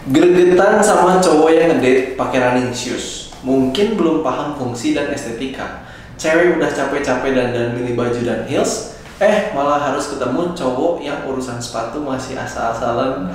Gregetan sama cowok yang ngedate pakai running shoes. Mungkin belum paham fungsi dan estetika. Cewek udah capek-capek dandan milih baju dan heels, malah harus ketemu cowok yang urusan sepatu masih asal-asalan.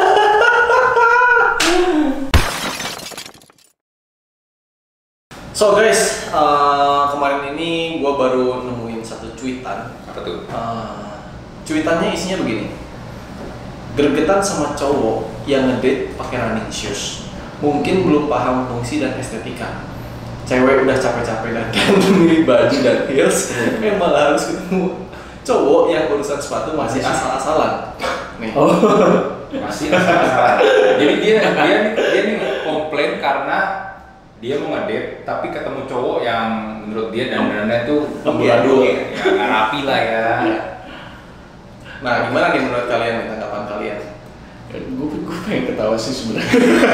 So guys, kemarin ini gue baru nemuin satu cuitan. Apa tuh? Cuitannya isinya begini. Gregetan sama cowok yang ngedate pakai running shoes. Mungkin belum paham fungsi dan estetika. Cewek udah capek-capek dan milih baju dan heels, malah harus ketemu cowok yang urusan sepatu masih asal-asalan. Nih. Oh, masih asal-asalan. Jadi dia nih komplain karena dia mau ngedate tapi ketemu cowok yang menurut dia dandannya tuh amburadul, ya nggak rapi lah ya. Nah, gimana nih menurut kalian nih, tanggapan kalian? Gue pengen ketawa sih sebenarnya.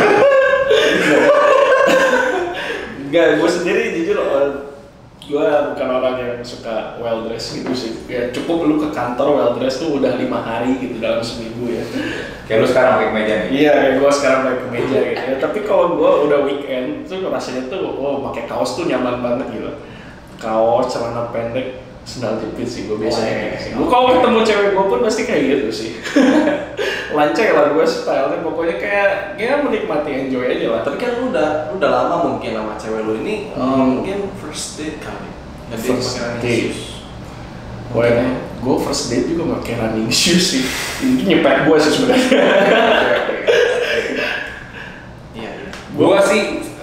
Enggak, gue sendiri jujur gue bukan orang yang suka well dress gitu sih. Ya cukup lu ke kantor well dress tuh udah 5 hari gitu dalam seminggu ya. Kayak lu sekarang pakai kemeja nih? Iya, kayak gue sekarang pakai kemeja gitu ya. Tapi kalau gue udah weekend tuh rasanya tuh, pakai kaos tuh nyaman banget gitu. Kaos, celana pendek, sandal jepit sih gue biasanya gitu sih. Gue kalau ketemu cewek gue pun pasti kayak gitu sih. Lancai lah gue stylenya, pokoknya kayak ya menikmati, enjoy aja lah. Tapi kan lu udah lama mungkin sama cewek lu ini, mungkin first date kali. Ngedate pakai running shoes. Gue first date juga pakai running shoes sih. Ini nyepet gue sih sebenarnya. Iya. Gue sih,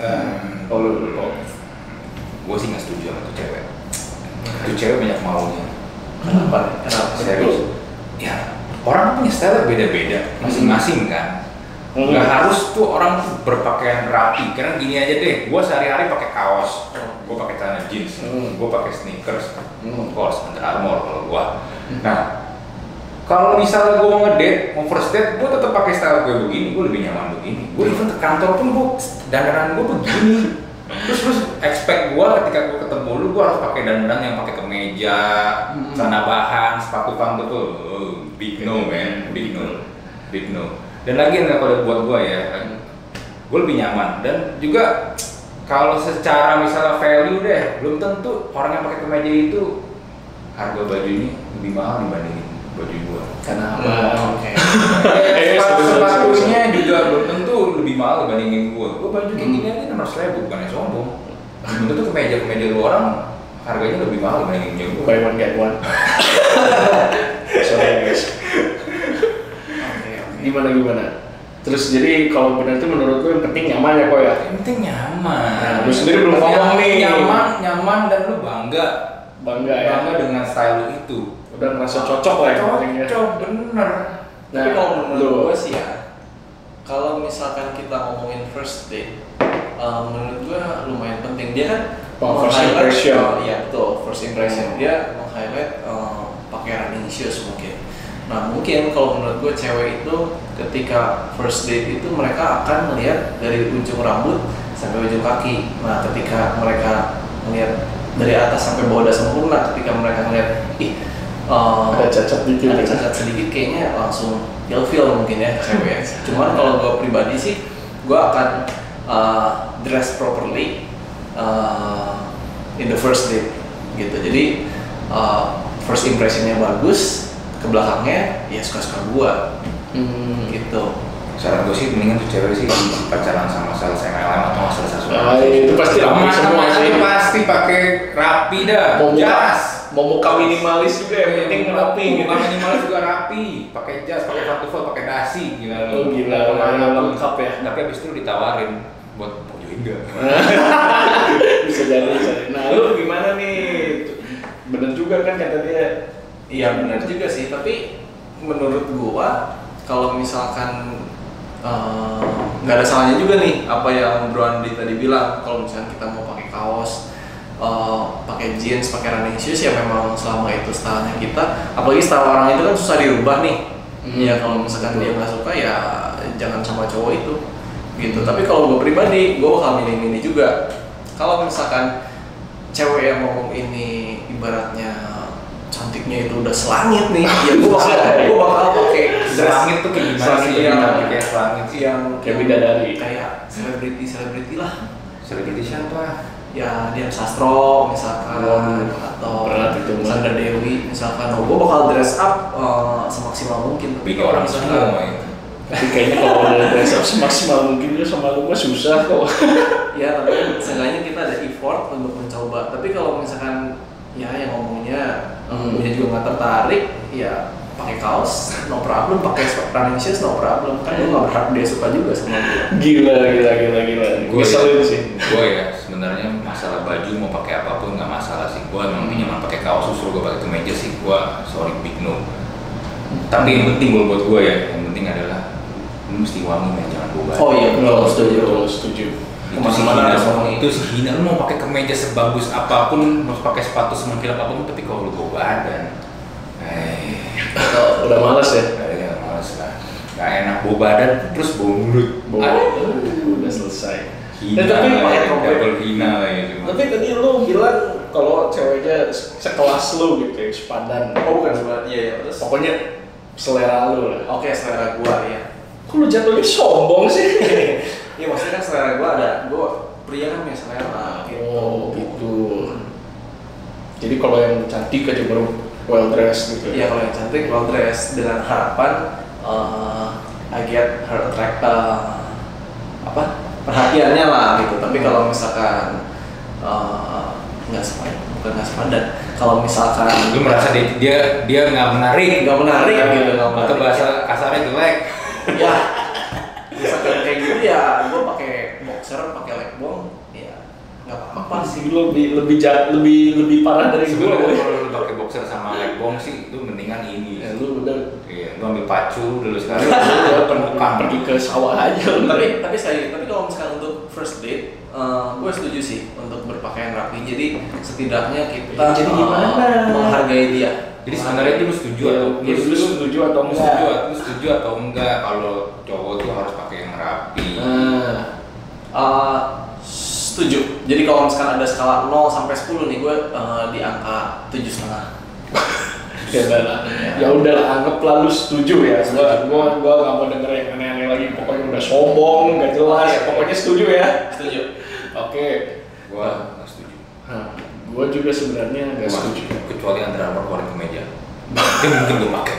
gue sih nggak setuju sama tuh cewek. Tuh cewek banyak maunya. Kenapa? Serius? Ya, orang punya style beda-beda, masing-masing kan. Nggak harus tuh orang tuh berpakaian rapi. Karena gini aja deh, gue sehari-hari pakai kaos, gue pakai celana jeans, gue pakai sneakers, of course, Under Armour kalau gue. Nah, kalau misalnya gue mau ngedate, mau first date, gue tetap pakai style gue begini, gue lebih nyaman begini. Gue even ke kantor pun gue dandanan gue begini. Terus expect gue ketika gue ketemu lu, gue harus pakai dandan yang pakai kemeja, celana bahan, sepatu pang betul. Big no man, big no. Dan lagi yang kalau buat gue ya, gue lebih nyaman. Dan juga kalau secara misalnya value deh, belum tentu orang yang pakai kemeja itu harga bajunya lebih mahal dibandingin baju gue. Kenapa? Sepatunya juga belum tentu lebih mahal dibandingin gue. Gue baju kayak gini aja 600.000, bukannya sombong. Belum tentu kemeja lu orang harganya lebih mahal dibandingin gue. Buy one get one. Sorry guys. Gimana? Terus jadi kalau benar itu menurut lu yang penting nyaman ya kok ya? Yang penting nyaman. Nah, lu sendiri belum ngomong nih. Nyaman dan lu bangga Ya. Bangga dengan style lu itu. Udah merasa cocok lah ya. Cocok, bener. Tapi kalau menurut gue sih ya, kalau misalkan kita ngomongin first date, menurut gue lumayan penting. Dia kan first impression. Iya betul, first impression. Dia meng-highlight pakai running shoes mungkin. Nah mungkin kalau menurut gue cewek itu ketika first date itu mereka akan melihat dari ujung rambut sampai ujung kaki. Nah ketika mereka melihat dari atas sampai bawah udah sempurna, ketika mereka melihat ada cacat sedikit kayaknya langsung feel mungkin ya cewek. Cuman kalau gue pribadi sih gue akan dress properly in the first date gitu. Jadi first impressionnya bagus, ke belakangnya ya suka-suka gue gitu. Saran gue sih mendingan tuh cewek sih pacaran sama sales MLM atau sales asuransi. Itu pasti rapi semua sih. Pasti pakai rapi dah. Mau muka minimalis juga yang penting rapi. Muka minimalis juga rapi. Pakai jas, pakai pantufel, pakai dasi. Gila, lengkap ya. Tapi abis itu ditawarin buat join enggak. Bisa jadi. Nah, lu gimana nih? Bener juga kan kata dia. Iya benar juga sih. Tapi menurut gua kalau misalkan nggak ada salahnya juga nih apa yang Bro Andi tadi bilang, kalau misalnya kita mau pakai kaos, pakai jeans, pakai running shoes ya memang selama itu stylenya kita, apalagi style orang itu kan susah dirubah nih. Ya kalau misalkan dia nggak suka ya jangan sama cowok itu gitu. Tapi kalau gue pribadi gue bakal milih-milih juga. Kalau misalkan cewek yang ngomong ini ibaratnya cantiknya itu udah selangit nih, ya gue bakal pakai selangit tuh kayak gimana sih? Yang Kayak selangit sih. yang Kayak bidadari. kayak selebriti lah. Selebriti siapa? Ya Dian Sastro misalkan atau berat itu, Mas. Sandra Dewi misalkan. Gue bakal dress up semaksimal mungkin. Tapi orang semua itu. Tapi kayaknya kalau udah dress up semaksimal mungkin dia sama lu mah susah kok. Ya tapi seenggaknya kita ada effort untuk mencoba. Tapi kalau misalkan ya yang ngomongnya punya juga nggak tertarik, ya pakai kaos no problem, pakai running shoes no problem. Kan gue nggak berharap dia suka juga sama gue. Gila. Ngeselin sih. Gue ya sebenarnya masalah baju mau pakai apapun nggak masalah sih. Gue memang nyaman pakai kaos, suruh gue pakai kemeja sih. Gue sorry big no. Tapi yang penting buat gue ya, yang penting adalah lu mesti wangi men, jangan bau badan. Oh iya, betul, setuju. Itu sih hina, itu sih hina. Lu mau pakai kemeja sebagus apapun, mau pakai sepatu semengkilap apapun, tapi kalau lu bau badan, Udah males ya. ya males lah. Gak enak bau badan, terus bau mulut. Udah selesai. Hina, tapi pakai double hina lah ya cuma. Tapi tadi lu bilang kalau ceweknya sekelas lu gitu ya, sepadan. Oh bukan sebenarnya, iya terus. Pokoknya selera lu lah. Oke, selera gua ya. Kok lu jatuhnya sombong sih? Iya maksudnya kan selera gua ada, gua pria kan punya selera gitu. Oh gitu. Jadi kalau yang cantik aja baru well dressed gitu. Iya kalau yang cantik well dressed dengan harapan I get her attract perhatiannya lah gitu. Tapi kalau misalkan nggak sepadan, bukan nggak sepadan. Kalau misalkan Lu merasa dia nggak menarik, nggak menarik gitu, nggak menarik. atau bahasa kasarnya jelek. Ya, misalkan kayak gitu ya, gue pakai boxer, pakai legbong, ya nggak apa-apa sih. Lu lebih parah dari gue. Sebenarnya kalau lu pakai boxer sama legbong sih, itu mendingan ini. Ya, lu udah Iya, lu ambil pacu dulu sekarang. pergi ke sawah aja. Tapi kalau misalkan untuk first date, gue setuju sih untuk berpakaian rapi. Jadi setidaknya kita Jadi gimana? menghargai dia. Jadi sebenarnya itu lu setuju atau lu setuju atau lu enggak? setuju atau enggak kalau cowok tuh harus pakai yang rapi. Setuju. Jadi kalau misalkan ada skala 0 sampai 10 nih, gue di angka 7,5. Ya udahlah, anggaplah lu setuju ya. Gua nggak mau denger yang aneh-aneh lagi. Pokoknya udah sombong, nggak jelas. Pokoknya setuju ya. Setuju. Oke. Gua nggak setuju. Gua juga sebenarnya nggak setuju. Kecuali antara keluarin kemeja. Itu mungkin gue pakai.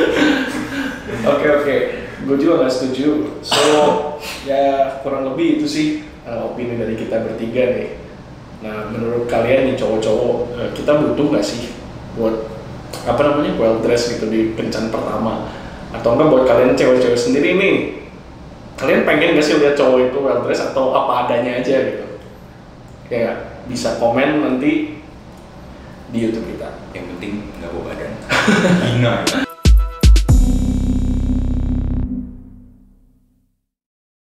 Oke. Gue juga nggak setuju. So ya kurang lebih itu sih opini dari kita bertiga nih. Nah menurut kalian nih cowok-cowok, kita butuh nggak sih buat well dress gitu di kencan pertama? Atau enggak buat kalian cewek-cewek sendiri nih, kalian pengen nggak sih lihat cowok itu well dress atau apa adanya aja gitu? Ya bisa komen nanti di YouTube kita. Yang penting nggak bawa badan. Hina.